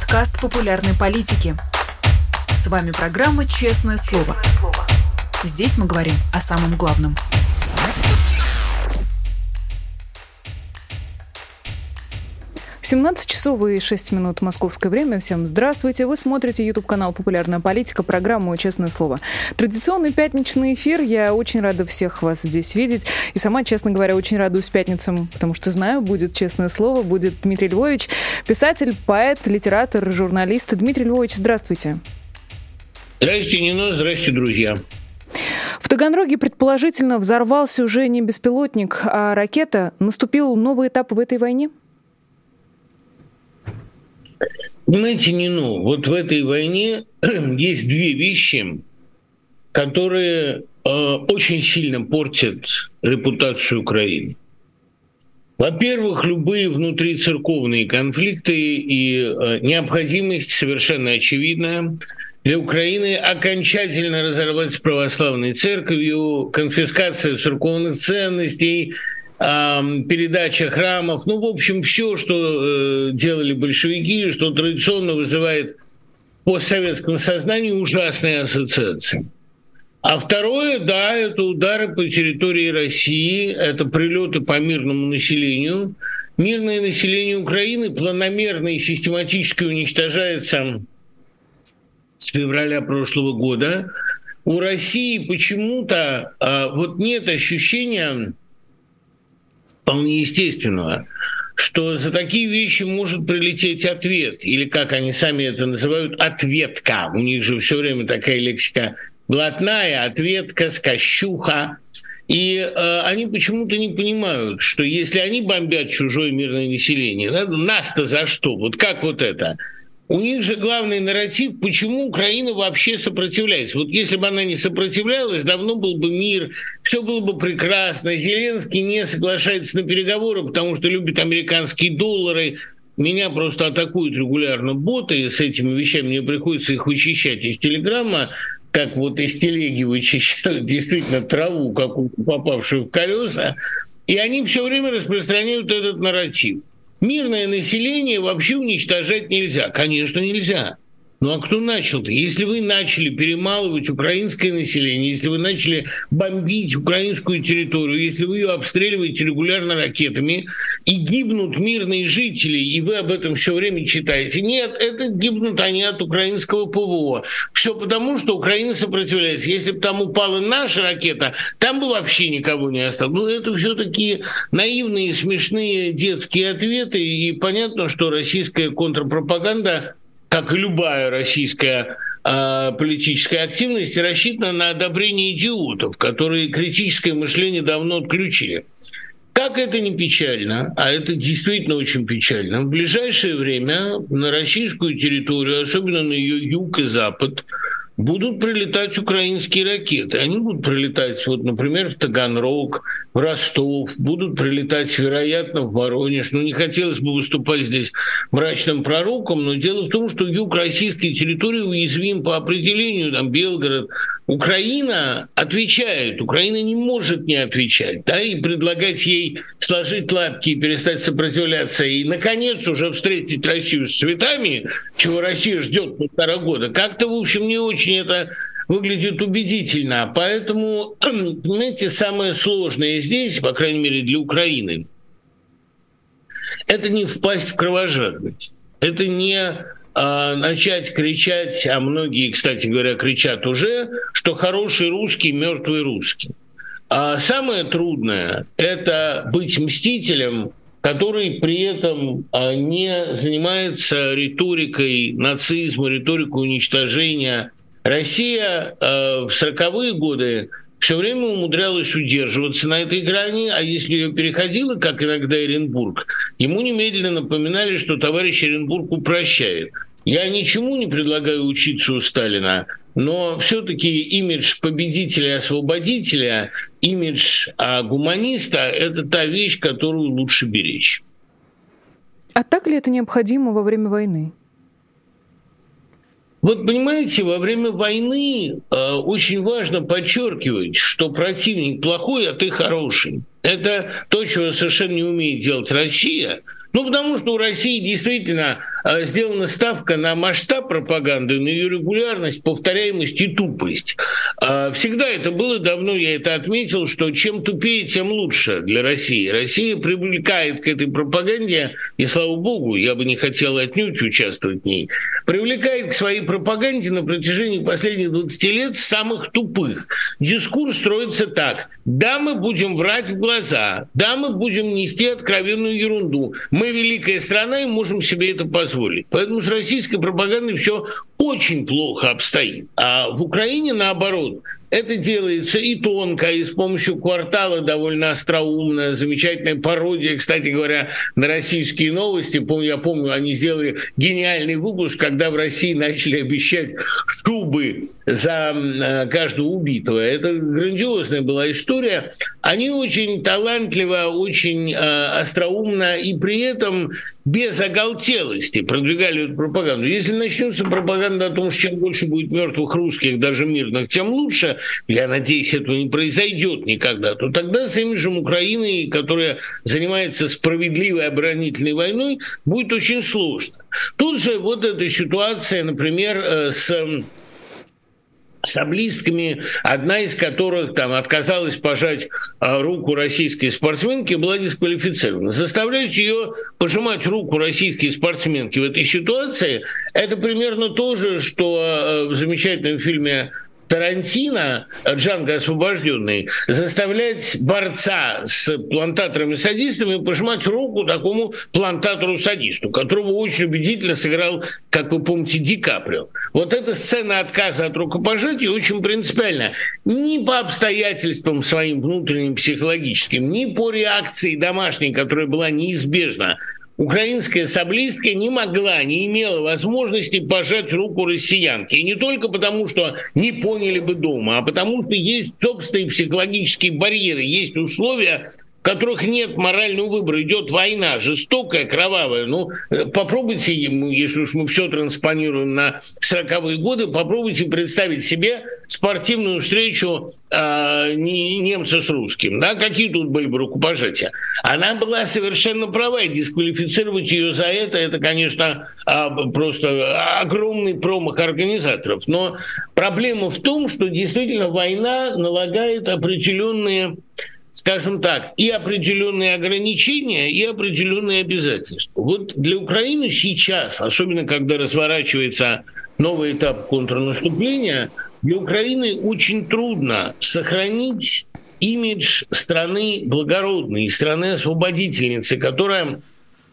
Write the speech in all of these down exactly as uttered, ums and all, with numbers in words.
подкаст популярной политики. С вами программа «Честное слово». Здесь мы говорим о самом главном. семнадцать часов и шесть минут московское время. Всем здравствуйте. Вы смотрите YouTube-канал «Популярная политика», программу «Честное слово». Традиционный пятничный эфир. Я очень рада всех вас здесь видеть. И сама, честно говоря, очень радуюсь пятницам, потому что знаю, будет «Честное слово», будет Дмитрий Львович, писатель, поэт, литератор, журналист. Дмитрий Львович, здравствуйте. Здравствуйте, Нина. Здравствуйте, друзья. В Таганроге, предположительно, взорвался уже не беспилотник, а ракета. Наступил новый этап в этой войне? Понимаете, Нину, вот в этой войне есть две вещи, которые э, очень сильно портят репутацию Украины. Во-первых, любые внутрицерковные конфликты и э, необходимость совершенно очевидная для Украины окончательно разорвать с православной церковью, конфискация церковных ценностей, передача храмов, ну, в общем, все, что э, делали большевики, что традиционно вызывает в постсоветском сознании ужасные ассоциации. А второе, да, это удары по территории России, это прилеты по мирному населению. Мирное население Украины планомерно и систематически уничтожается с февраля прошлого года. У России почему-то э, вот нет ощущения вполне естественного, что за такие вещи может прилететь ответ, или, как они сами это называют, ответка. У них же все время такая лексика блатная, ответка, скощуха. И э, они почему-то не понимают, что если они бомбят чужое мирное население, да, нас-то за что? Вот как вот это? У них же главный нарратив, почему Украина вообще сопротивляется. Вот если бы она не сопротивлялась, давно был бы мир, все было бы прекрасно. Зеленский не соглашается на переговоры, потому что любит американские доллары. Меня просто атакуют регулярно боты, и с этими вещами мне приходится их вычищать из телеграмма, как вот из телеги вычищают действительно траву, какую-то попавшую в колеса. И они все время распространяют этот нарратив. Мирное население вообще уничтожать нельзя. Конечно, нельзя. Ну а кто начал-то? Если вы начали перемалывать украинское население, если вы начали бомбить украинскую территорию, если вы ее обстреливаете регулярно ракетами, и гибнут мирные жители, и вы об этом все время читаете, нет, это гибнут они от украинского ПВО. Все потому, что Украина сопротивляется. Если бы там упала наша ракета, там бы вообще никого не осталось. Ну, это все такие наивные, смешные детские ответы, и понятно, что российская контрпропаганда, как и любая российская э, политическая активность, рассчитана на одобрение идиотов, которые критическое мышление давно отключили. Как это не печально, а это действительно очень печально, в ближайшее время на российскую территорию, особенно на ее юг и запад, будут прилетать украинские ракеты. Они будут прилетать, вот, например, в Таганрог, в Ростов, будут прилетать, вероятно, в Воронеж. Ну, не хотелось бы выступать здесь мрачным пророком, но дело в том, что юг российской территории уязвим по определению, там, Белгород. Украина отвечает, Украина не может не отвечать, да, и предлагать ей сложить лапки и перестать сопротивляться, и, наконец, уже встретить Россию с цветами, чего Россия ждет полтора года, как-то, в общем, не очень это выглядит убедительно. Поэтому, понимаете, самое сложное здесь, по крайней мере, для Украины, это не впасть в кровожадность, это не начать кричать, а многие, кстати говоря, кричат уже, что хороший русский, мертвый русский. А самое трудное – это быть мстителем, который при этом не занимается риторикой нацизма, риторикой уничтожения. Россия в сороковые годы все время умудрялась удерживаться на этой грани, а если ее переходила, как иногда Оренбург, ему немедленно напоминали, что товарищ Оренбург упрощает. Я ничему не предлагаю учиться у Сталина, но все-таки имидж победителя-освободителя, имидж а, гуманиста – это та вещь, которую лучше беречь. А так ли это необходимо во время войны? Вот понимаете, во время войны э, очень важно подчеркивать, что противник плохой, а ты хороший. Это то, чего совершенно не умеет делать Россия. Ну, потому что у России действительно э, сделана ставка на масштаб пропаганды, на ее регулярность, повторяемость и тупость. Э, всегда это было, давно я это отметил, что чем тупее, тем лучше для России. Россия привлекает к этой пропаганде, и слава богу, я бы не хотел отнюдь участвовать в ней, привлекает к своей пропаганде на протяжении последних двадцати лет самых тупых. Дискурс строится так. Да, мы будем врать в глаза, да, мы будем нести откровенную ерунду. Мы великая страна и можем себе это позволить. Поэтому с российской пропагандой все очень плохо обстоит. А в Украине, наоборот, это делается и тонко, и с помощью «Квартала» довольно остроумная, замечательная пародия, кстати говоря, на российские новости. Помню, я помню, они сделали гениальный выпуск, когда в России начали обещать шубы за каждого убитого. Это грандиозная была история. Они очень талантливо, очень э, остроумно и при этом без оголтелости продвигали эту пропаганду. Если начнется пропаганда о том, что чем больше будет мертвых русских, даже мирных, тем лучше, я надеюсь, этого не произойдет никогда, то тогда с имиджем Украины, которая занимается справедливой оборонительной войной, будет очень сложно. Тут же вот эта ситуация, например, с... саблистками, одна из которых там отказалась пожать руку российской спортсменке, была дисквалифицирована. Заставлять ее пожимать руку российской спортсменки в этой ситуации – это примерно то же, что в замечательном фильме Тарантино, «Джанго освобожденный», заставлять борца с плантаторами-садистами пожимать руку такому плантатору-садисту, которого очень убедительно сыграл, как вы помните, Ди Каприо. Вот эта сцена отказа от рукопожатия очень принципиальна. Ни по обстоятельствам своим внутренним психологическим, ни по реакции домашней, которая была неизбежна, украинская саблистка не могла, не имела возможности пожать руку россиянке. И не только потому, что не поняли бы дома, а потому что есть собственные психологические барьеры, есть условия, в которых нет морального выбора. Идет война, жестокая, кровавая. Ну, попробуйте, если уж мы все транспонируем на сороковые годы, попробуйте представить себе спортивную встречу э, немца с русским. Да? Какие тут были бы рукопожатия? Она была совершенно права, и дисквалифицировать ее за это, это, конечно, э, просто огромный промах организаторов. Но проблема в том, что действительно война налагает определенные, скажем так, и определенные ограничения, и определенные обязательства. Вот для Украины сейчас, особенно когда разворачивается новый этап контрнаступления, для Украины очень трудно сохранить имидж страны благородной, страны-освободительницы, которая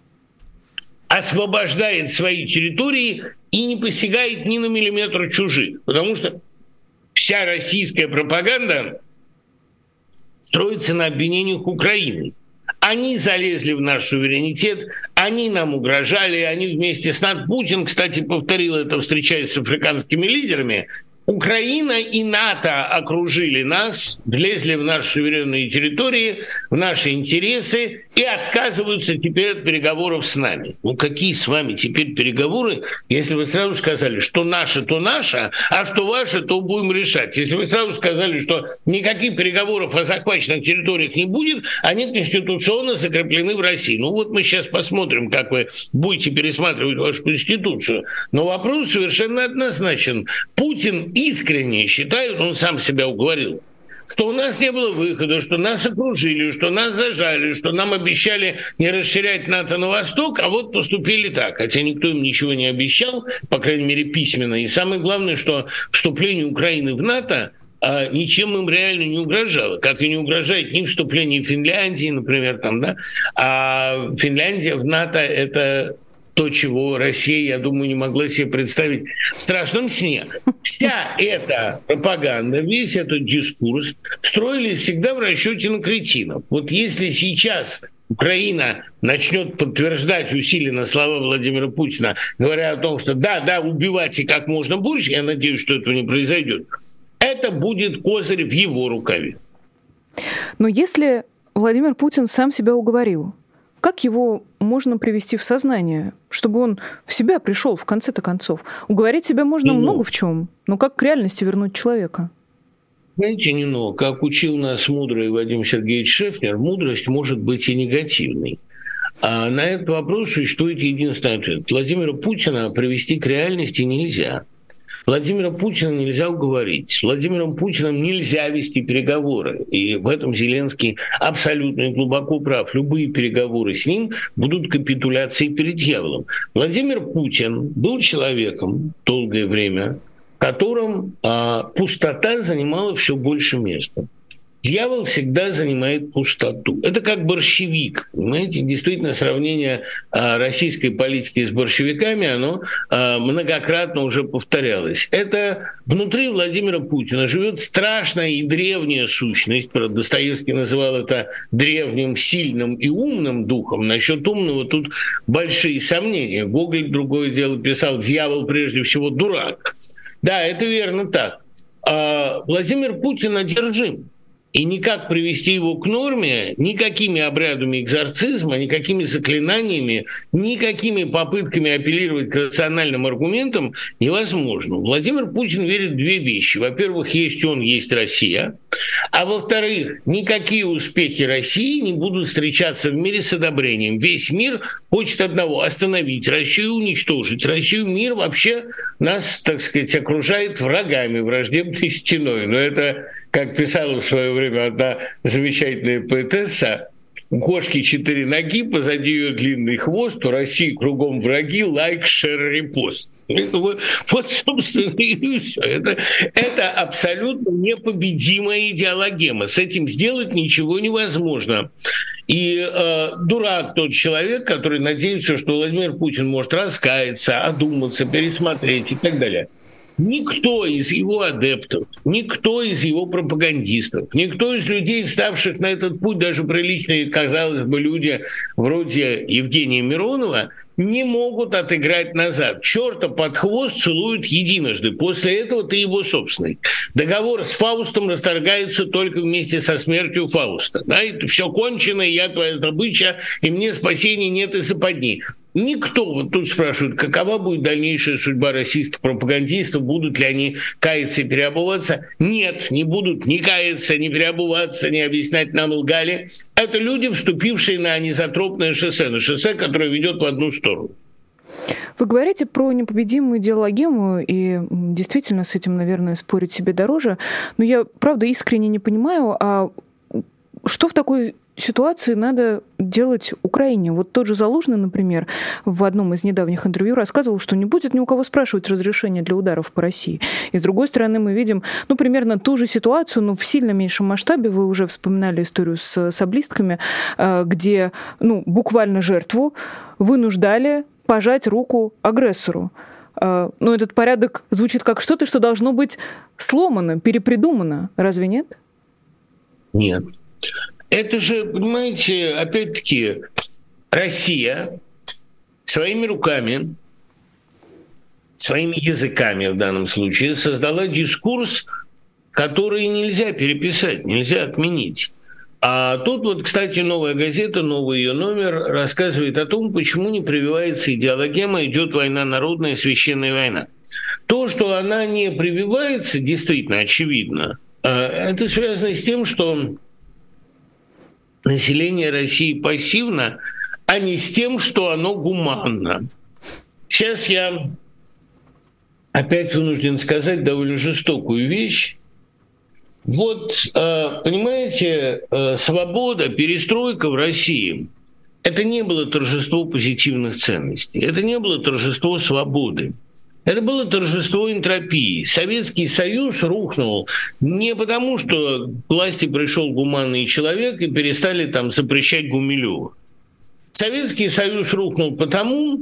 освобождает свои территории и не посягает ни на миллиметр чужих. Потому что вся российская пропаганда строится на обвинениях Украины. Они залезли в наш суверенитет, они нам угрожали, они вместе с НАТО. Путин, кстати, повторил это, встречаясь с африканскими лидерами. Украина и НАТО окружили нас, влезли в наши суверенные территории, в наши интересы и отказываются теперь от переговоров с нами. Ну какие с вами теперь переговоры, если вы сразу сказали, что наше, то наше, а что ваше, то будем решать. Если вы сразу сказали, что никаких переговоров о захваченных территориях не будет, они конституционно закреплены в России. Ну вот мы сейчас посмотрим, как вы будете пересматривать вашу конституцию. Но вопрос совершенно однозначен. Путин искренне считает, он сам себя уговорил, что у нас не было выхода, что нас окружили, что нас зажали, что нам обещали не расширять НАТО на восток, а вот поступили так. Хотя никто им ничего не обещал, по крайней мере, письменно. И самое главное, что вступление Украины в НАТО а, ничем им реально не угрожало. Как и не угрожает ни вступление Финляндии, например, там, да? А Финляндия в НАТО — это то, чего Россия, я думаю, не могла себе представить в страшном сне. Вся эта пропаганда, весь этот дискурс строились всегда в расчете на кретинов. Вот если сейчас Украина начнет подтверждать усиленно слова Владимира Путина, говоря о том, что да, да, убивайте как можно больше, я надеюсь, что этого не произойдет, это будет козырь в его рукаве. Но если Владимир Путин сам себя уговорил, как его можно привести в сознание, чтобы он в себя пришел в конце-то концов? Уговорить себя можно не много ну. в чем, но как к реальности вернуть человека? Знаете, не но, как учил нас мудрый Вадим Сергеевич Шефнер, мудрость может быть и негативной. А на этот вопрос существует единственный ответ. Владимира Путина привести к реальности нельзя. Владимира Путина нельзя уговорить. С Владимиром Путиным нельзя вести переговоры. И в этом Зеленский абсолютно и глубоко прав. Любые переговоры с ним будут капитуляцией перед дьяволом. Владимир Путин был человеком долгое время, в котором а, пустота занимала все больше места. Дьявол всегда занимает пустоту. Это как борщевик. Понимаете, действительно, сравнение а, российской политики с борщевиками, оно а, многократно уже повторялось. Это внутри Владимира Путина живет страшная и древняя сущность. Достоевский называл это древним, сильным и умным духом. Насчет умного тут большие сомнения. Гоголь, другое дело, писал: «Дьявол прежде всего дурак». Да, это верно так. А Владимир Путин одержим. И никак привести его к норме никакими обрядами экзорцизма, никакими заклинаниями, никакими попытками апеллировать к рациональным аргументам невозможно. Владимир Путин верит в две вещи. Во-первых, есть он, есть Россия. А во-вторых, никакие успехи России не будут встречаться в мире с одобрением. Весь мир хочет одного – остановить Россию, уничтожить Россию. Мир вообще нас, так сказать, окружает врагами, враждебной стеной. Но это, как писала в свое время одна замечательная поэтесса, у кошки четыре ноги, позади ее длинный хвост, у России кругом враги, лайк, шер, репост. Это вот, вот, собственно, и все. Это, это абсолютно непобедимая идеологема. С этим сделать ничего невозможно. И э, дурак тот человек, который надеется, что Владимир Путин может раскаяться, одуматься, пересмотреть и так далее. Никто из его адептов, никто из его пропагандистов, никто из людей, вставших на этот путь, даже приличные, казалось бы, люди вроде Евгения Миронова, не могут отыграть назад. Чёрта под хвост целуют единожды. После этого ты его собственный. Договор с Фаустом расторгается только вместе со смертью Фауста. Да, это все кончено, и я твоя добыча, и мне спасения нет и западни. Никто, вот тут спрашивают, какова будет дальнейшая судьба российских пропагандистов, будут ли они каяться и переобуваться. Нет, не будут ни каяться, ни переобуваться, ни объяснять, нам лгали. Это люди, вступившие на анизотропное шоссе, на шоссе, которое ведет в одну сторону. Вы говорите про непобедимую идеологему, и действительно с этим, наверное, спорить себе дороже. Но я, правда, искренне не понимаю, а что в такой ситуации надо делать Украине? Вот тот же Залужный, например, в одном из недавних интервью рассказывал, что не будет ни у кого спрашивать разрешения для ударов по России. И с другой стороны, мы видим, ну, примерно ту же ситуацию, но в сильно меньшем масштабе. Вы уже вспоминали историю с саблистками, где, ну, буквально жертву вынуждали пожать руку агрессору. Но этот порядок звучит как что-то, что должно быть сломано, перепридумано. Разве нет? Нет. Это же, понимаете, опять-таки, Россия своими руками, своими языками в данном случае создала дискурс, который нельзя переписать, нельзя отменить. А тут вот, кстати, «Новая газета», новый ее номер, рассказывает о том, почему не прививается идеологема, идет война народная, священная война. То, что она не прививается, действительно очевидно, это связано с тем, что население России пассивно, а не с тем, что оно гуманно. Сейчас я опять вынужден сказать довольно жестокую вещь. Вот, понимаете, свобода, перестройка в России – это не было торжество позитивных ценностей, это не было торжество свободы. Это было торжество энтропии. Советский Союз рухнул не потому, что к власти пришел гуманный человек и перестали там запрещать Гумилёва. Советский Союз рухнул потому,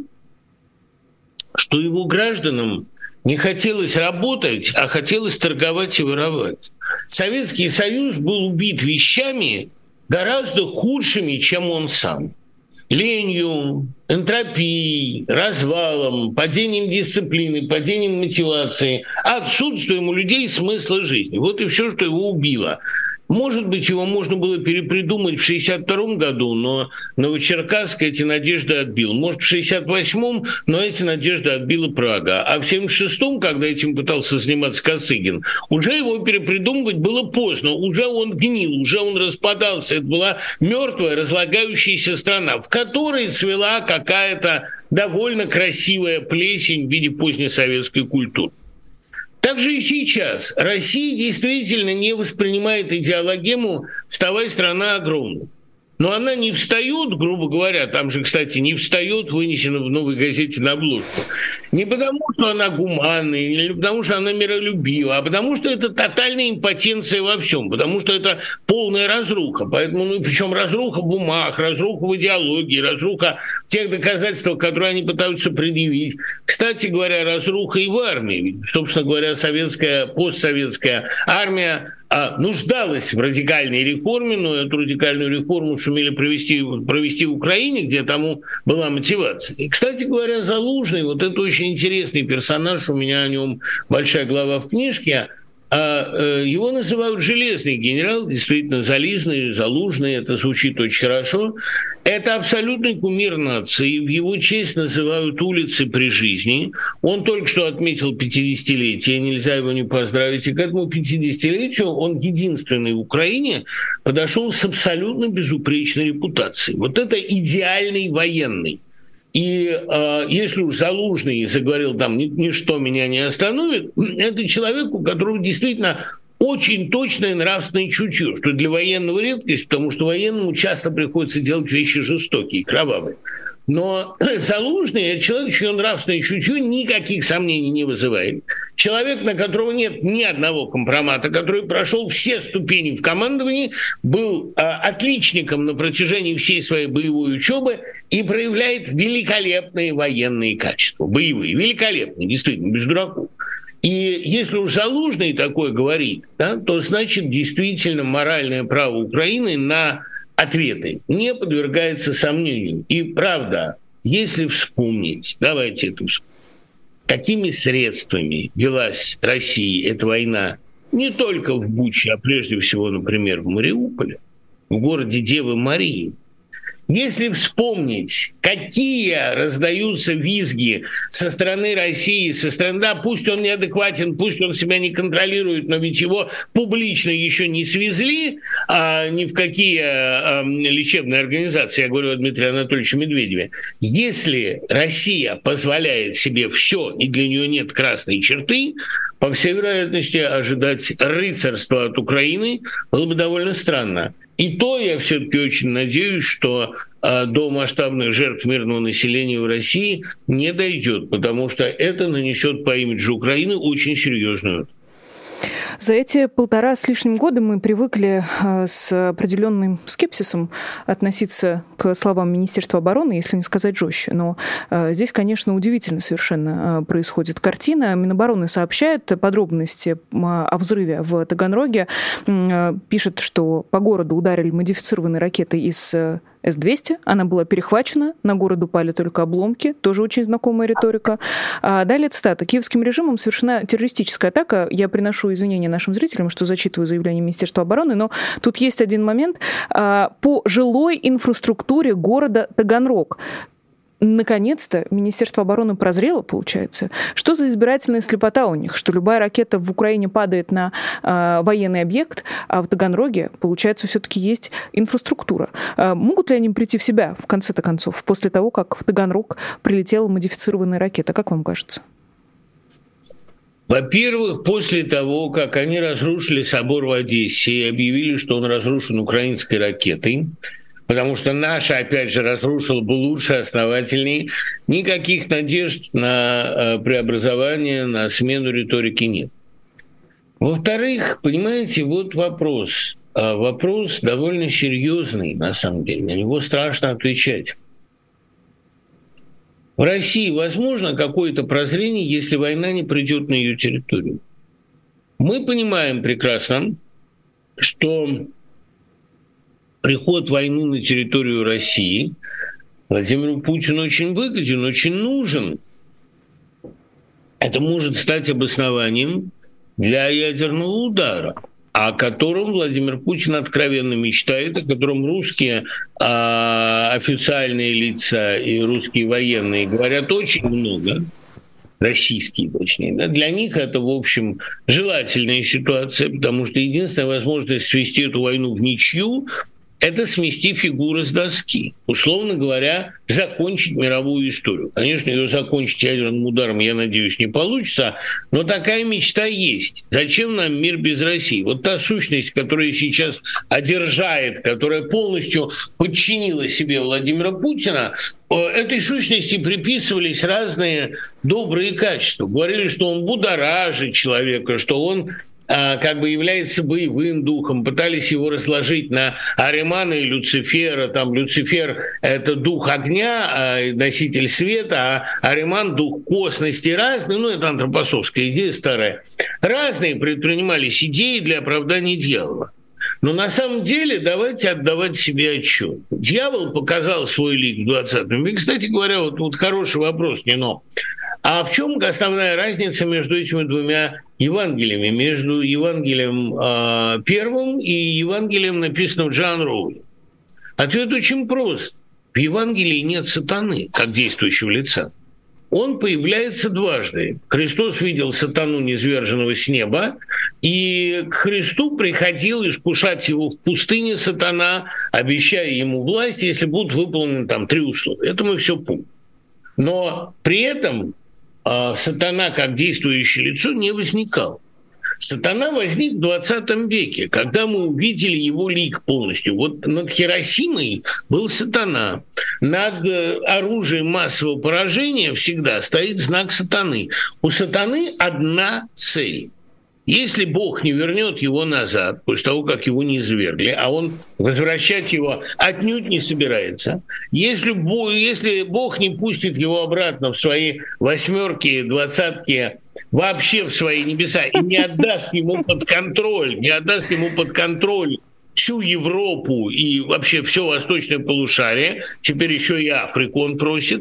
что его гражданам не хотелось работать, а хотелось торговать и воровать. Советский Союз был убит вещами гораздо худшими, чем он сам. Ленью, энтропией, развалом, падением дисциплины, падением мотивации, отсутствием у людей смысла жизни. Вот и все, что его убило. Может быть, его можно было перепридумать в шестьдесят втором году, но Новочеркасск эти надежды отбил. Может, в шестьдесят восьмом, но эти надежды отбила Прага. А в семьдесят шестом, когда этим пытался заниматься Косыгин, уже его перепридумывать было поздно. Уже он гнил, уже он распадался. Это была мертвая, разлагающаяся страна, в которой цвела какая-то довольно красивая плесень в виде позднесоветской культуры. Также и сейчас Россия действительно не воспринимает идеологему «вставай, страна огромная». Но она не встает, грубо говоря, там же, кстати, не встает, вынесено в «Новой газете» на обложку, не потому, что она гуманная, или потому, что она миролюбива, а потому, что это тотальная импотенция во всем, потому что это полная разруха. Поэтому, ну, причем разруха в бумагах, разруха в идеологии, разруха в тех доказательствах, которые они пытаются предъявить. Кстати говоря, разруха и в армии. Собственно говоря, советская, постсоветская армия а нуждалась в радикальной реформе, но эту радикальную реформу сумели провести, провести в Украине, где тому была мотивация. И, кстати говоря, Залужный, вот это очень интересный персонаж, у меня о нем большая глава в книжке, а его называют «железный генерал», действительно, Зализный, Залужный, это звучит очень хорошо. Это абсолютный кумир нации, в его честь называют улицы при жизни. Он только что отметил пятидесятилетие, нельзя его не поздравить. И к этому пятидесятилетию он единственный в Украине подошел с абсолютно безупречной репутацией. Вот это идеальный военный. И э, если уж Залужный заговорил там «ничто меня не остановит», это человек, у которого действительно очень точное нравственное чутье, что для военного редкость, потому что военному часто приходится делать вещи жестокие, кровавые. Но Залужный – это человек, чье нравственное чутье никаких сомнений не вызывает. Человек, на которого нет ни одного компромата, который прошел все ступени в командовании, был э, отличником на протяжении всей своей боевой учебы и проявляет великолепные военные качества. Боевые, великолепные, действительно, без дураков. И если уж Залужный такое говорит, да, то значит действительно моральное право Украины на ответы не подвергается сомнению. И правда, если вспомнить, давайте это вспомним, какими средствами велась Россия эта война не только в Буче, а прежде всего, например, в Мариуполе, в городе Девы Марии. Если вспомнить, какие раздаются визги со стороны России, со стороны, да, пусть он неадекватен, пусть он себя не контролирует, но ведь его публично еще не свезли а, ни в какие а, лечебные организации, я говорю о Дмитрии Анатольевиче Медведеве. Если Россия позволяет себе все, и для нее нет красной черты, по всей вероятности, ожидать рыцарства от Украины было бы довольно странно. И то я все-таки очень надеюсь, что э, до масштабных жертв мирного населения в России не дойдет, потому что это нанесет по имиджу Украины очень серьезную. За эти полтора с лишним года мы привыкли с определенным скепсисом относиться к словам Министерства обороны, если не сказать жестче. Но здесь, конечно, удивительно совершенно происходит картина. Минобороны сообщает подробности о взрыве в Таганроге. Пишет, что по городу ударили модифицированной ракетой из эс двести. Она была перехвачена, на город упали только обломки. Тоже очень знакомая риторика. А далее цитата. «Киевским режимом совершена террористическая атака». Я приношу извинения нашим зрителям, что зачитываю заявление Министерства обороны, но тут есть один момент. По жилой инфраструктуре города Таганрог. Наконец-то Министерство обороны прозрело, получается. Что за избирательная слепота у них, что любая ракета в Украине падает на э, военный объект, а в Таганроге, получается, все-таки есть инфраструктура. Э, могут ли они прийти в себя, в конце-то концов, после того, как в Таганрог прилетела модифицированная ракета? Как вам кажется? Во-первых, после того, как они разрушили собор в Одессе и объявили, что он разрушен украинской ракетой, потому что наша, опять же, разрушила бы лучше, основательней. Никаких надежд на преобразование, на смену риторики нет. Во-вторых, понимаете, вот вопрос. Вопрос довольно серьезный, на самом деле. На него страшно отвечать. В России возможно какое-то прозрение, если война не придет на ее территорию. Мы понимаем прекрасно, что приход войны на территорию России Владимиру Путину очень выгоден, очень нужен. Это может стать обоснованием для ядерного удара. о котором Владимир Путин откровенно мечтает, о котором русские э, официальные лица и русские военные говорят очень много, российские точнее. Да? Для них это, в общем, желательная ситуация, потому что единственная возможность свести эту войну в ничью – это смести фигуры с доски. Условно говоря, закончить мировую историю. Конечно, ее закончить ядерным ударом, я надеюсь, не получится, но такая мечта есть. Зачем нам мир без России? Вот та сущность, которая сейчас одержает, которая полностью подчинила себе Владимира Путина, этой сущности приписывались разные добрые качества. Говорили, что он будоражит человека, что он как бы является боевым духом, пытались его разложить на Аримана и Люцифера. Там Люцифер — это дух огня, носитель света, а Ариман — дух косности. Разные, ну это антропософская идея старая. Разные предпринимались идеи для оправдания дьявола. Но на самом деле давайте отдавать себе отчет. Дьявол показал свой лик в двадцатом веке. Кстати говоря, вот, вот хороший вопрос, Нино. А в чем основная разница между этими двумя Евангелиями? Между Евангелием э, первым и Евангелием, написанным Джоан Роулинг? Ответ очень прост. В Евангелии нет сатаны, как действующего лица. Он появляется дважды. Христос видел сатану, низверженного с неба, и к Христу приходил искушать его в пустыне сатана, обещая ему власть, если будут выполнены там три условия. Это мы все помним. Но при этом сатана как действующее лицо не возникал. Сатана возник в двадцатом веке, когда мы увидели его лик полностью. Вот над Хиросимой был сатана. Над оружием массового поражения всегда стоит знак сатаны. У сатаны одна цель. Если Бог не вернет его назад, после того, как его не извергли, а он возвращать его отнюдь не собирается, если Бог, если Бог не пустит его обратно в свои восьмерки, двадцатки, вообще в свои небеса, и не отдаст ему под контроль, не отдаст ему под контроль всю Европу и вообще все восточное полушарие, теперь еще и Африку он просит,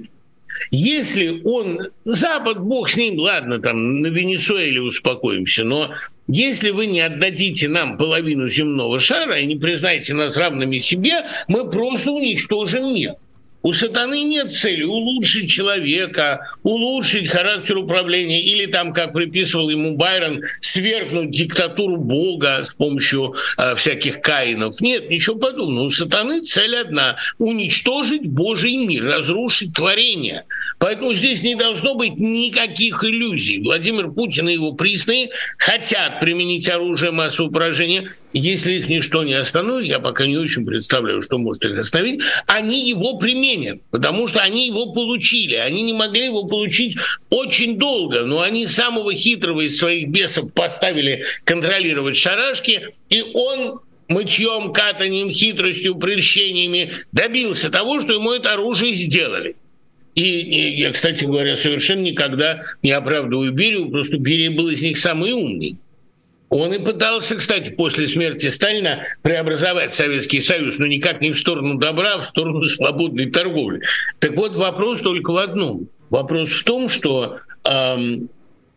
если он, Запад, бог с ним, ладно, там на Венесуэле успокоимся, но если вы не отдадите нам половину земного шара и не признаете нас равными себе, мы просто уничтожим мир. У сатаны нет цели улучшить человека, улучшить характер управления или там, как приписывал ему Байрон, свергнуть диктатуру Бога с помощью э, всяких каинов. Нет, ничего подобного. У сатаны цель одна – уничтожить Божий мир, разрушить творение. Поэтому здесь не должно быть никаких иллюзий. Владимир Путин и его присные хотят применить оружие массового поражения. Если их ничто не остановит, я пока не очень представляю, что может их остановить, они его применят. Потому что они его получили. Они не могли его получить очень долго, но они самого хитрого из своих бесов поставили контролировать шарашки, и он мытьем, катанием, хитростью, прельщениями добился того, что ему это оружие сделали. И, и я, кстати говоря, совершенно никогда не оправдываю Берию, просто Берия был из них самый умный. Он и пытался, кстати, после смерти Сталина преобразовать Советский Союз, но никак не в сторону добра, а в сторону свободной торговли. Так вот, вопрос только в одном. Вопрос в том, что эм,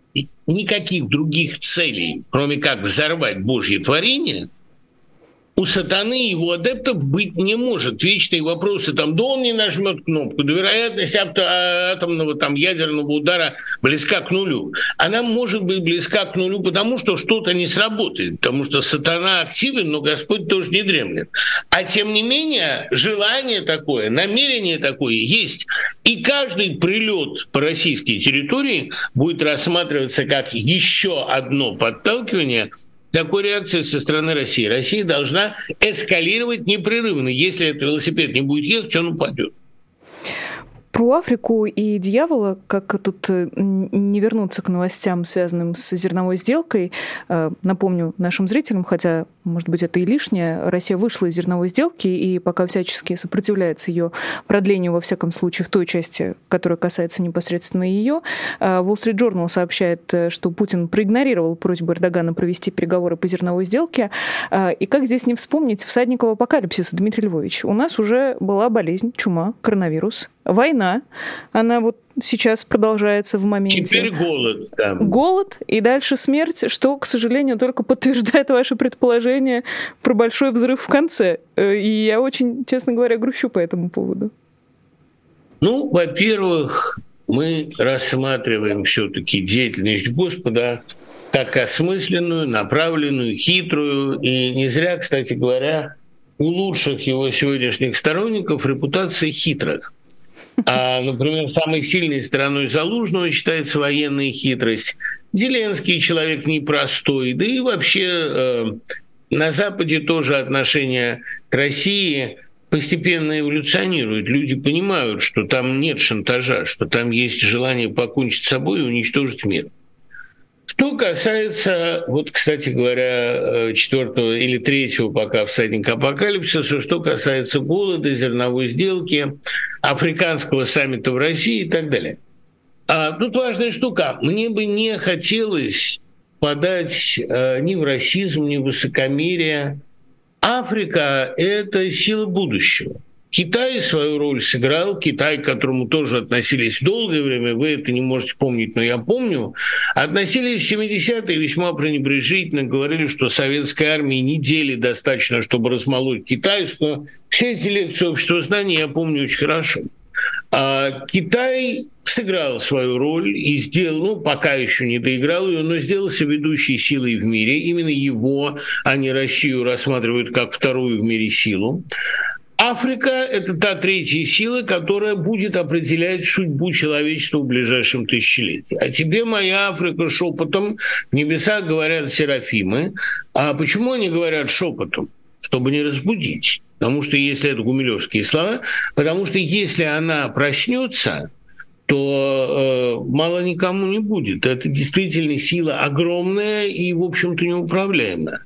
никаких других целей, кроме как взорвать Божье творение, у сатаны и его адептов быть не может. Вечные вопросы, там, да он не нажмет кнопку, да вероятность атомного там, ядерного удара близка к нулю. Она может быть близка к нулю, потому что что-то не сработает, потому что сатана активен, но Господь тоже не дремлет. А тем не менее, желание такое, намерение такое есть. И каждый прилет по российской территории будет рассматриваться как еще одно подталкивание такой реакции со стороны России. Россия должна эскалировать непрерывно. Если этот велосипед не будет ехать, он упадет. Про Африку и дьявола, как тут не вернуться к новостям, связанным с зерновой сделкой, напомню нашим зрителям, хотя может быть, это и лишнее. Россия вышла из зерновой сделки, и пока всячески сопротивляется ее продлению, во всяком случае, в той части, которая касается непосредственно ее. Wall Street Journal сообщает, что Путин проигнорировал просьбу Эрдогана провести переговоры по зерновой сделке. И как здесь не вспомнить всадников апокалипсиса, Дмитрий Львович? У нас уже была болезнь, чума, коронавирус, война. Она вот сейчас продолжается в моменте. Теперь голод. Да. Голод и дальше смерть, что, к сожалению, только подтверждает ваше предположение про большой взрыв в конце. И я очень, честно говоря, грущу по этому поводу. Ну, во-первых, мы рассматриваем все-таки деятельность Господа как осмысленную, направленную, хитрую. И не зря, кстати говоря, у лучших его сегодняшних сторонников репутация хитрых. А, например, самой сильной стороной Залужного считается военная хитрость. Зеленский человек непростой, да и вообще э, на Западе тоже отношение к России постепенно эволюционирует. Люди понимают, что там нет шантажа, что там есть желание покончить с собой и уничтожить мир. Что касается, вот, кстати говоря, четвертого или третьего пока всадника апокалипсиса, что касается голода, зерновой сделки, африканского саммита в России и так далее. А тут важная штука. Мне бы не хотелось подать э, ни в расизм, ни в высокомерие. Африка – это сила будущего. Китай свою роль сыграл, Китай, к которому тоже относились долгое время, вы это не можете помнить, но я помню, относились в семидесятые весьма пренебрежительно, говорили, что советской армии недели достаточно, чтобы размолоть китайскую. Все эти лекции общества знаний я помню очень хорошо. А Китай сыграл свою роль и сделал, ну, пока еще не доиграл ее, но сделался ведущей силой в мире. Именно его, а не Россию, рассматривают как вторую в мире силу. Африка – это та третья сила, которая будет определять судьбу человечества в ближайшем тысячелетии. А тебе моя Африка шепотом, в небесах говорят серафимы. А почему они говорят шепотом? Чтобы не разбудить. Потому что если это гумилевские слова, потому что если она проснется, то э, мало никому не будет. Это действительно сила огромная и, в общем-то, неуправляемая.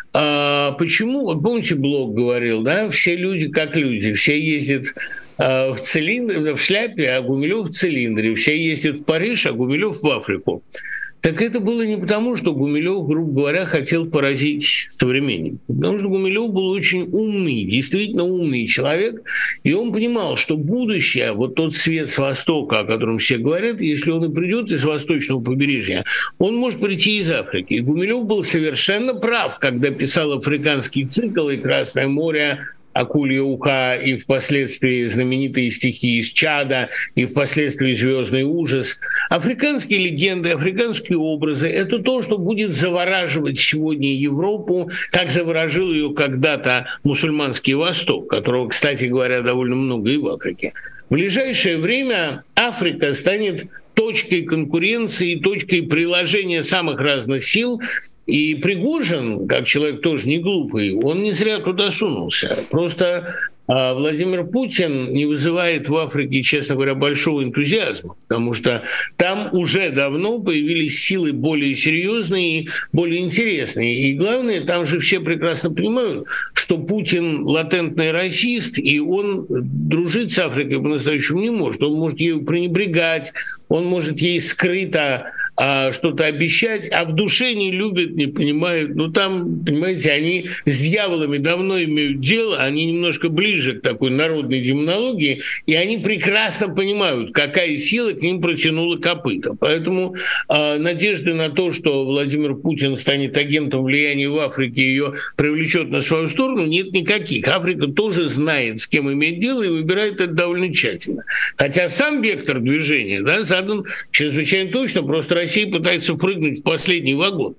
А почему? Вот помните, Блок говорил, да, все люди как люди, все ездят э, в цилиндре, в шляпе, а Гумилев в цилиндре, все ездят в Париж, а Гумилев в Африку. Так это было не потому, что Гумилев, грубо говоря, хотел поразить современников. Потому что Гумилев был очень умный, действительно умный человек, и он понимал, что будущее, вот тот свет с Востока, о котором все говорят, если он и придет из восточного побережья, он может прийти из Африки. И Гумилев был совершенно прав, когда писал «Африканский цикл» и «Красное море», «Акулья уха» и впоследствии знаменитые стихи из Чада, и впоследствии «Звездный ужас». Африканские легенды, африканские образы – это то, что будет завораживать сегодня Европу, как заворожил ее когда-то мусульманский Восток, которого, кстати говоря, довольно много и в Африке. В ближайшее время Африка станет точкой конкуренции, точкой приложения самых разных сил. И Пригожин, как человек тоже не глупый, он не зря туда сунулся. Просто а, Владимир Путин не вызывает в Африке, честно говоря, большого энтузиазма, потому что там уже давно появились силы более серьезные и более интересные. И главное, там же все прекрасно понимают, что Путин латентный расист, и он дружить с Африкой по-настоящему не может. Он может ею пренебрегать, он может ей скрыто а, что-то обещать, а в душе не любит, не понимает. Ну там, понимаете, они с дьяволами давно имеют дело, они немножко ближе к такой народной демонологии, и они прекрасно понимают, какая сила к ним протянула копыта. Поэтому э, надежды на то, что Владимир Путин станет агентом влияния в Африке и ее привлечет на свою сторону, нет никаких. Африка тоже знает, с кем иметь дело, и выбирает это довольно тщательно. Хотя сам вектор движения, да, задан чрезвычайно точно, просто Россия пытается впрыгнуть в последний вагон.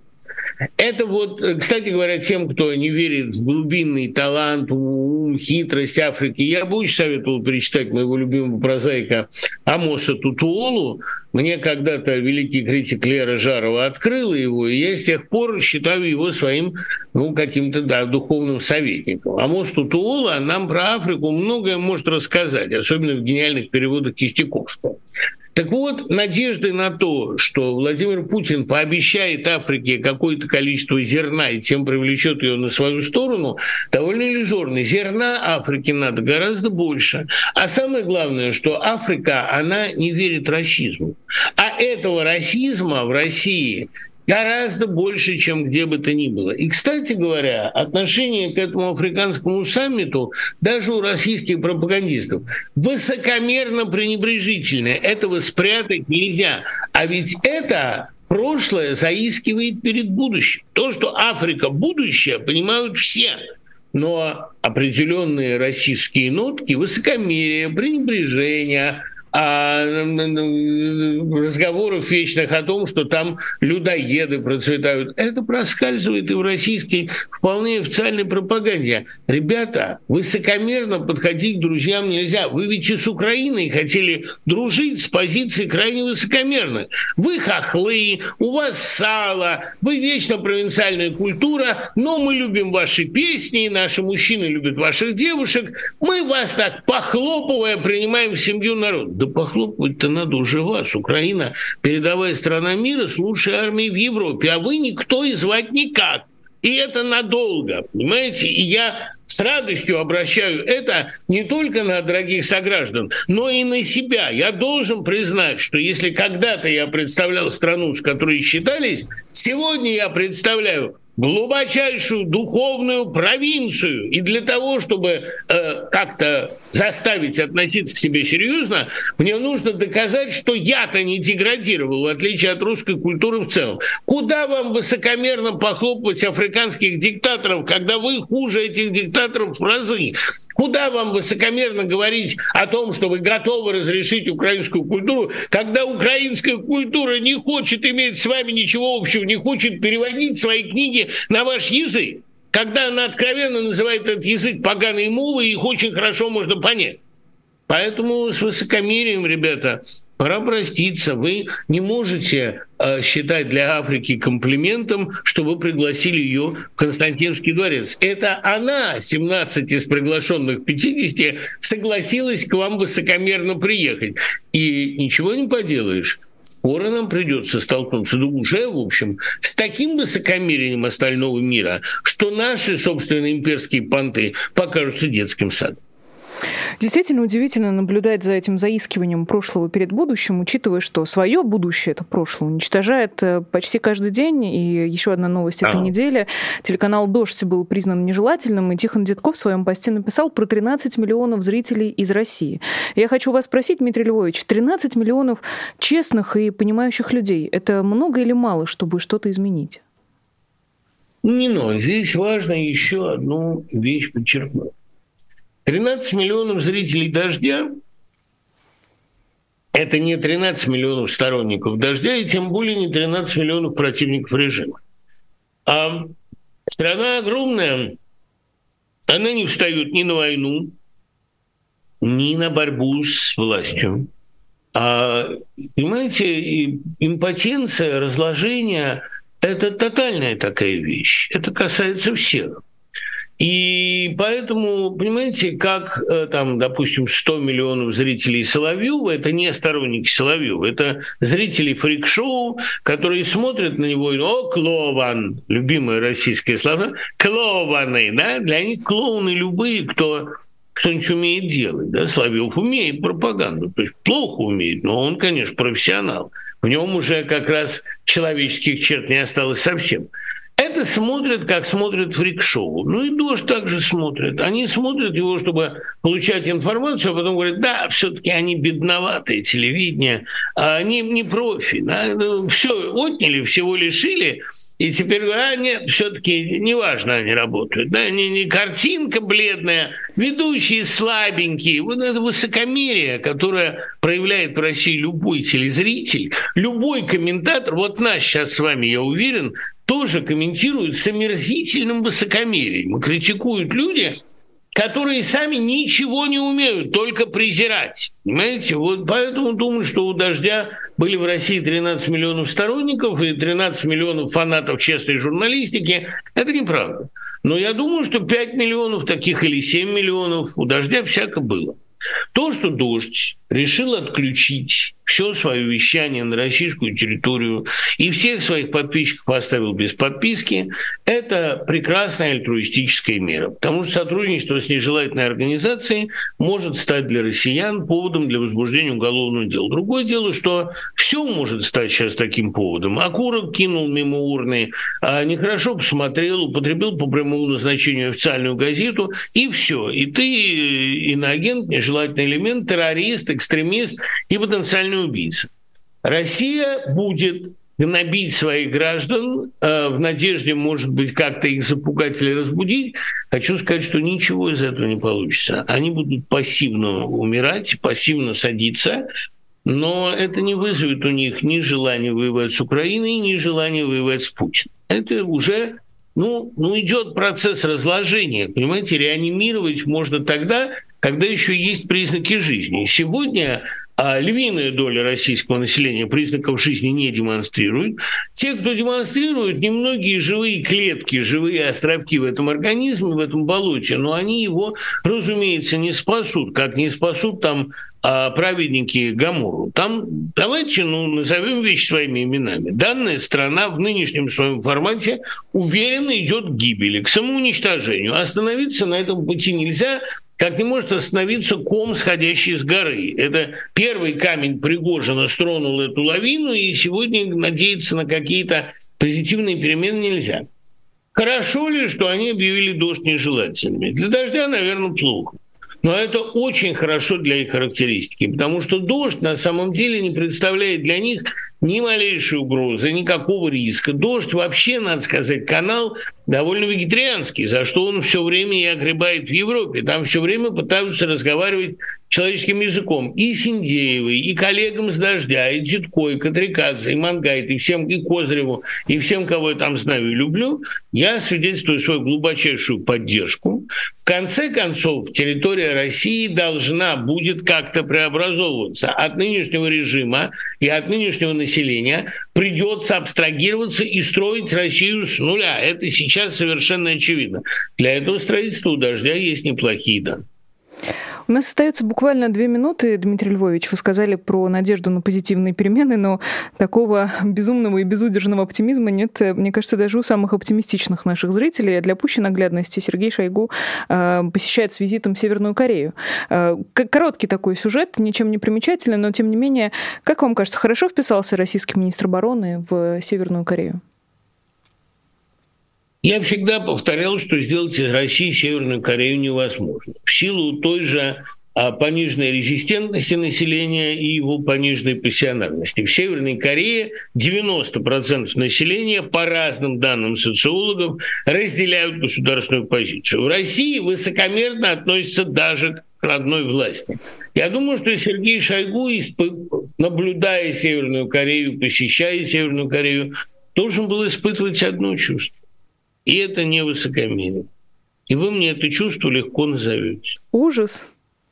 Это вот, кстати говоря, тем, кто не верит в глубинный талант, ум, хитрость Африки, я бы очень советовал перечитать моего любимого прозаика Амоса Тутуолу. Мне когда-то великий критик Лера Жарова открыла его, и я с тех пор считаю его своим, ну, каким-то, да, духовным советником. Амос Тутуола нам про Африку многое может рассказать, особенно в гениальных переводах Кистяковского. Так вот, надежды на то, что Владимир Путин пообещает Африке какое-то количество зерна и тем привлечет ее на свою сторону, довольно иллюзорны. Зерна Африке надо гораздо больше. А самое главное, что Африка, она не верит расизму. А этого расизма в России гораздо больше, чем где бы то ни было. И, кстати говоря, отношение к этому африканскому саммиту даже у российских пропагандистов высокомерно пренебрежительное. Этого спрятать нельзя. А ведь это прошлое заискивает перед будущим. То, что Африка – будущее, понимают все. Но определенные российские нотки, высокомерие, пренебрежение – а разговоров вечных о том, что там людоеды процветают, это проскальзывает и в российской вполне официальной пропаганде. Ребята, высокомерно подходить к друзьям нельзя. Вы ведь и с Украиной хотели дружить с позиции крайне высокомерной. Вы хохлы, у вас сало, вы вечно провинциальная культура, но мы любим ваши песни, наши мужчины любят ваших девушек, мы вас так, похлопывая, принимаем в семью народ. Да похлопывать-то надо уже вас. Украина – передовая страна мира с лучшей армией в Европе, а вы никто и звать никак. И это надолго, понимаете? И я с радостью обращаю это не только на дорогих сограждан, но и на себя. Я должен признать, что если когда-то я представлял страну, с которой считались, сегодня я представляю глубочайшую духовную провинцию. И для того, чтобы э, как-то заставить относиться к себе серьезно, мне нужно доказать, что я-то не деградировал, в отличие от русской культуры в целом. Куда вам высокомерно похлопывать африканских диктаторов, когда вы хуже этих диктаторов в разы? Куда вам высокомерно говорить о том, что вы готовы разрешить украинскую культуру, когда украинская культура не хочет иметь с вами ничего общего, не хочет переводить свои книги на ваш язык, когда она откровенно называет этот язык поганой мовой, их очень хорошо можно понять. Поэтому с высокомерием, ребята, пора проститься. Вы не можете э, считать для Африки комплиментом, что вы пригласили ее в Константинский дворец. Это она, семнадцать из приглашенных пятидесяти, согласилась к вам высокомерно приехать. И ничего не поделаешь. Скоро нам придется столкнуться, да уже, в общем, с таким высокомерием остального мира, что наши, собственно, имперские понты покажутся детским садом. Действительно удивительно наблюдать за этим заискиванием прошлого перед будущим, учитывая, что свое будущее, это прошлое, уничтожает почти каждый день. И еще одна новость этой а. недели. Телеканал «Дождь» был признан нежелательным, и Тихон Дедков в своем посте написал про тринадцать миллионов зрителей из России. Я хочу вас спросить, Дмитрий Львович, тринадцать миллионов честных и понимающих людей, это много или мало, чтобы что-то изменить? Не, но здесь важно еще одну вещь подчеркнуть. тринадцать миллионов зрителей «Дождя» – это не тринадцать миллионов сторонников «Дождя», и тем более не тринадцать миллионов противников режима. А страна огромная, она не встает ни на войну, ни на борьбу с властью. А, понимаете, импотенция, разложение – это тотальная такая вещь. Это касается всех. И поэтому, понимаете, как там, допустим, сто миллионов зрителей Соловьева, это не сторонники Соловьева, это зрители фрик-шоу, которые смотрят на него и «О, клоун!» Любимое российское слово. Клоуны, да? Для них клоуны любые, кто что-нибудь умеет делать. Да? Соловьев умеет пропаганду, то есть плохо умеет, но он, конечно, профессионал. В нем уже как раз человеческих черт не осталось совсем. Это смотрят, как смотрят фрик-шоу. Ну и «Дождь» также смотрят. Они смотрят его, чтобы получать информацию, а потом говорят, да, все-таки они бедноватые, телевидение, а они не профи. Да? Все отняли, всего лишили, и теперь говорят, а нет, все-таки неважно они работают. Да? Не, не картинка бледная, ведущие слабенькие. Вот это высокомерие, которое проявляет в России любой телезритель, любой комментатор, вот нас сейчас с вами, я уверен, тоже комментируют с омерзительным высокомерием. Критикуют люди, которые сами ничего не умеют, только презирать. Понимаете? Вот поэтому думаю, что у «Дождя» были в России тринадцать миллионов сторонников и тринадцать миллионов фанатов честной журналистики. Это неправда. Но я думаю, что пять миллионов таких или семь миллионов у «Дождя» всяко было. То, что «Дождь» решил отключить все свое вещание на российскую территорию и всех своих подписчиков оставил без подписки, это прекрасная альтруистическая мера. Потому что сотрудничество с нежелательной организацией может стать для россиян поводом для возбуждения уголовного дела. Другое дело, что все может стать сейчас таким поводом. Окурок кинул мимо урны, а нехорошо посмотрел, употребил по прямому назначению официальную газету, и все. И ты иноагент, нежелательный элемент, террорист, экстремист и потенциальный убийца. Россия будет гнобить своих граждан э, в надежде, может быть, как-то их запугать или разбудить. Хочу сказать, что ничего из этого не получится. Они будут пассивно умирать, пассивно садиться, но это не вызовет у них ни желания воевать с Украиной, ни желания воевать с Путиным. Это уже ну, ну, идет процесс разложения. Понимаете, реанимировать можно тогда, когда еще есть признаки жизни. Сегодня а львиная доля российского населения признаков жизни не демонстрирует. Те, кто демонстрирует, немногие живые клетки, живые островки в этом организме, в этом болоте, но они его, разумеется, не спасут, как не спасут там а, праведники Гоморру. Там давайте ну, назовем вещи своими именами. Данная страна в нынешнем своем формате уверенно идет к гибели, к самоуничтожению. Остановиться на этом пути нельзя, как не может остановиться ком, сходящий с горы. Это первый камень Пригожина стронул эту лавину, и сегодня надеяться на какие-то позитивные перемены нельзя. Хорошо ли, что они объявили дождь нежелательными? Для дождя, наверное, плохо. Но это очень хорошо для их характеристики, потому что дождь на самом деле не представляет для них ни малейшей угрозы, никакого риска. Дождь вообще, надо сказать, канал довольно вегетарианский, за что он все время и огребает в Европе. Там все время пытаются разговаривать человеческим языком. И Синдеевой, и коллегам с «Дождя», и Дзитко, и Катрикадзе, и Мангайт, и всем, и Козыреву, и всем, кого я там знаю и люблю, я свидетельствую свою глубочайшую поддержку. В конце концов, территория России должна будет как-то преобразовываться. От нынешнего режима и от нынешнего населения придется абстрагироваться и строить Россию с нуля. Это сейчас совершенно очевидно. Для этого строительства у «Дождя» есть неплохие данные. У нас остается буквально две минуты, Дмитрий Львович. Вы сказали про надежду на позитивные перемены, но такого безумного и безудержного оптимизма нет, мне кажется, даже у самых оптимистичных наших зрителей. А для пущей наглядности Сергей Шойгу э, посещает с визитом Северную Корею. Э, короткий такой сюжет, ничем не примечательный, но тем не менее, как вам кажется, хорошо вписался российский министр обороны в Северную Корею? Я всегда повторял, что сделать из России Северную Корею невозможно. В силу той же а, пониженной резистентности населения и его пониженной пассионарности. В Северной Корее девяносто процентов населения, по разным данным социологов, разделяют государственную позицию. В России высокомерно относятся даже к родной власти. Я думаю, что Сергей Шойгу, наблюдая Северную Корею, посещая Северную Корею, должен был испытывать одно чувство. И это не высокомерие. И вы мне это чувство легко назовете. Ужас?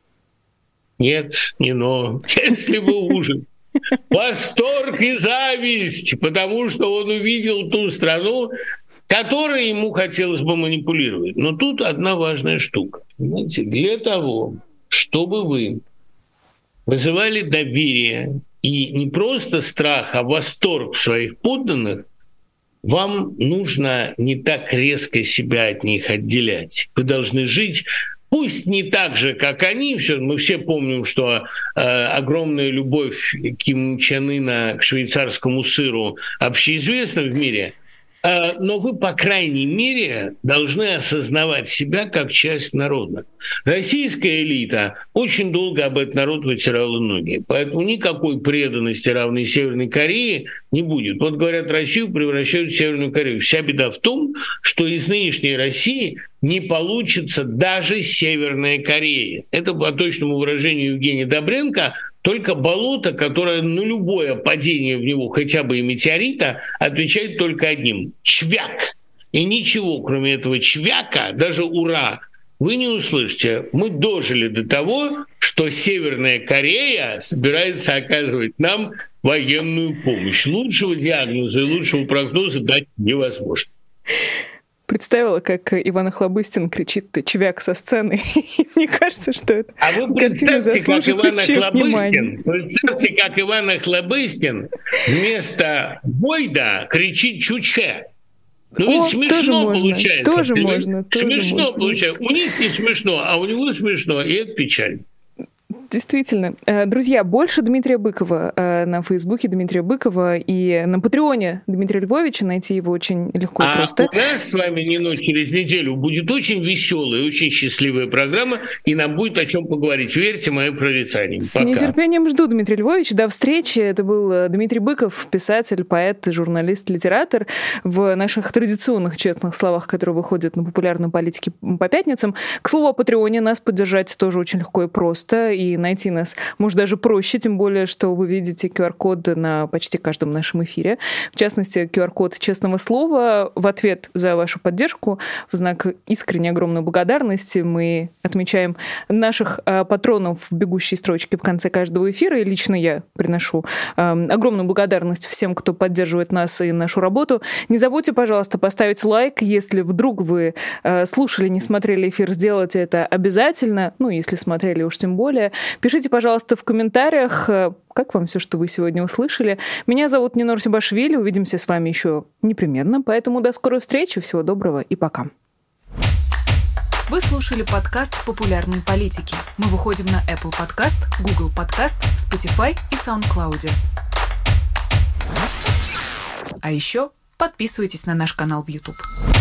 Нет, не но. Если бы ужас. Восторг и зависть, потому что он увидел ту страну, которой ему хотелось бы манипулировать. Но тут одна важная штука. Понимаете? Для того, чтобы вы вызывали доверие и не просто страх, а восторг своих подданных, вам нужно не так резко себя от них отделять. Вы должны жить, пусть не так же, как они. Все, мы все помним, что э, огромная любовь Ким Чен Ына к швейцарскому сыру общеизвестна в мире. Э, но вы, по крайней мере, должны осознавать себя как часть народа. Российская элита очень долго об этот народ вытирала ноги. Поэтому никакой преданности, равной Северной Корее, не будет. Вот говорят, Россию превращают в Северную Корею. Вся беда в том, что из нынешней России не получится даже Северная Корея. Это по точному выражению Евгения Добренко только болото, которое на любое падение в него хотя бы и метеорита отвечает только одним – чвяк. И ничего, кроме этого чвяка, даже ура, вы не услышите. Мы дожили до того, что Северная Корея собирается оказывать нам военную помощь. Лучшего диагноза и лучшего прогноза дать невозможно. представила, как Иван Охлобыстин кричит «Чвяк» со сцены. Мне кажется, что это а вы представьте, как Иван Охлобыстин, представьте, как Иван Охлобыстин вместо Бойда кричит «Чучхе». Ну ведь О, смешно тоже получается. Тоже можно. Смешно тоже получается. У них не смешно, а у него смешно, и это печально. Действительно. Друзья, больше Дмитрия Быкова на Фейсбуке, Дмитрия Быкова, и на Патреоне Дмитрия Львовича. Найти его очень легко и а просто. А у нас с вами не ночь через неделю будет очень веселая, очень счастливая программа, и нам будет о чем поговорить. Верьте моим прорицаниям. С Пока. нетерпением жду, Дмитрий Львович. До встречи. Это был Дмитрий Быков, писатель, поэт, журналист, литератор. В наших традиционных честных словах, которые выходят на популярной политике по пятницам. К слову о Патреоне, нас поддержать тоже очень легко и просто. И найти нас может даже проще, тем более, что вы видите ку ар-код на почти каждом нашем эфире. В частности, ку ар-код честного слова. В ответ за вашу поддержку, в знак искренней огромной благодарности, мы отмечаем наших э, патронов в бегущей строчке в конце каждого эфира. И лично я приношу э, огромную благодарность всем, кто поддерживает нас и нашу работу. Не забудьте, пожалуйста, поставить лайк. Если вдруг вы э, слушали, не смотрели эфир, сделайте это обязательно. Ну, если смотрели, уж тем более. Пишите, пожалуйста, в комментариях, как вам все, что вы сегодня услышали. Меня зовут Нинор Сибашвили. Увидимся с вами еще непременно. Поэтому до скорой встречи. Всего доброго и пока. Вы слушали подкаст «Популярные политики». Мы выходим на Apple Podcast, Google Podcast, Spotify и SoundCloud. А еще подписывайтесь на наш канал в YouTube.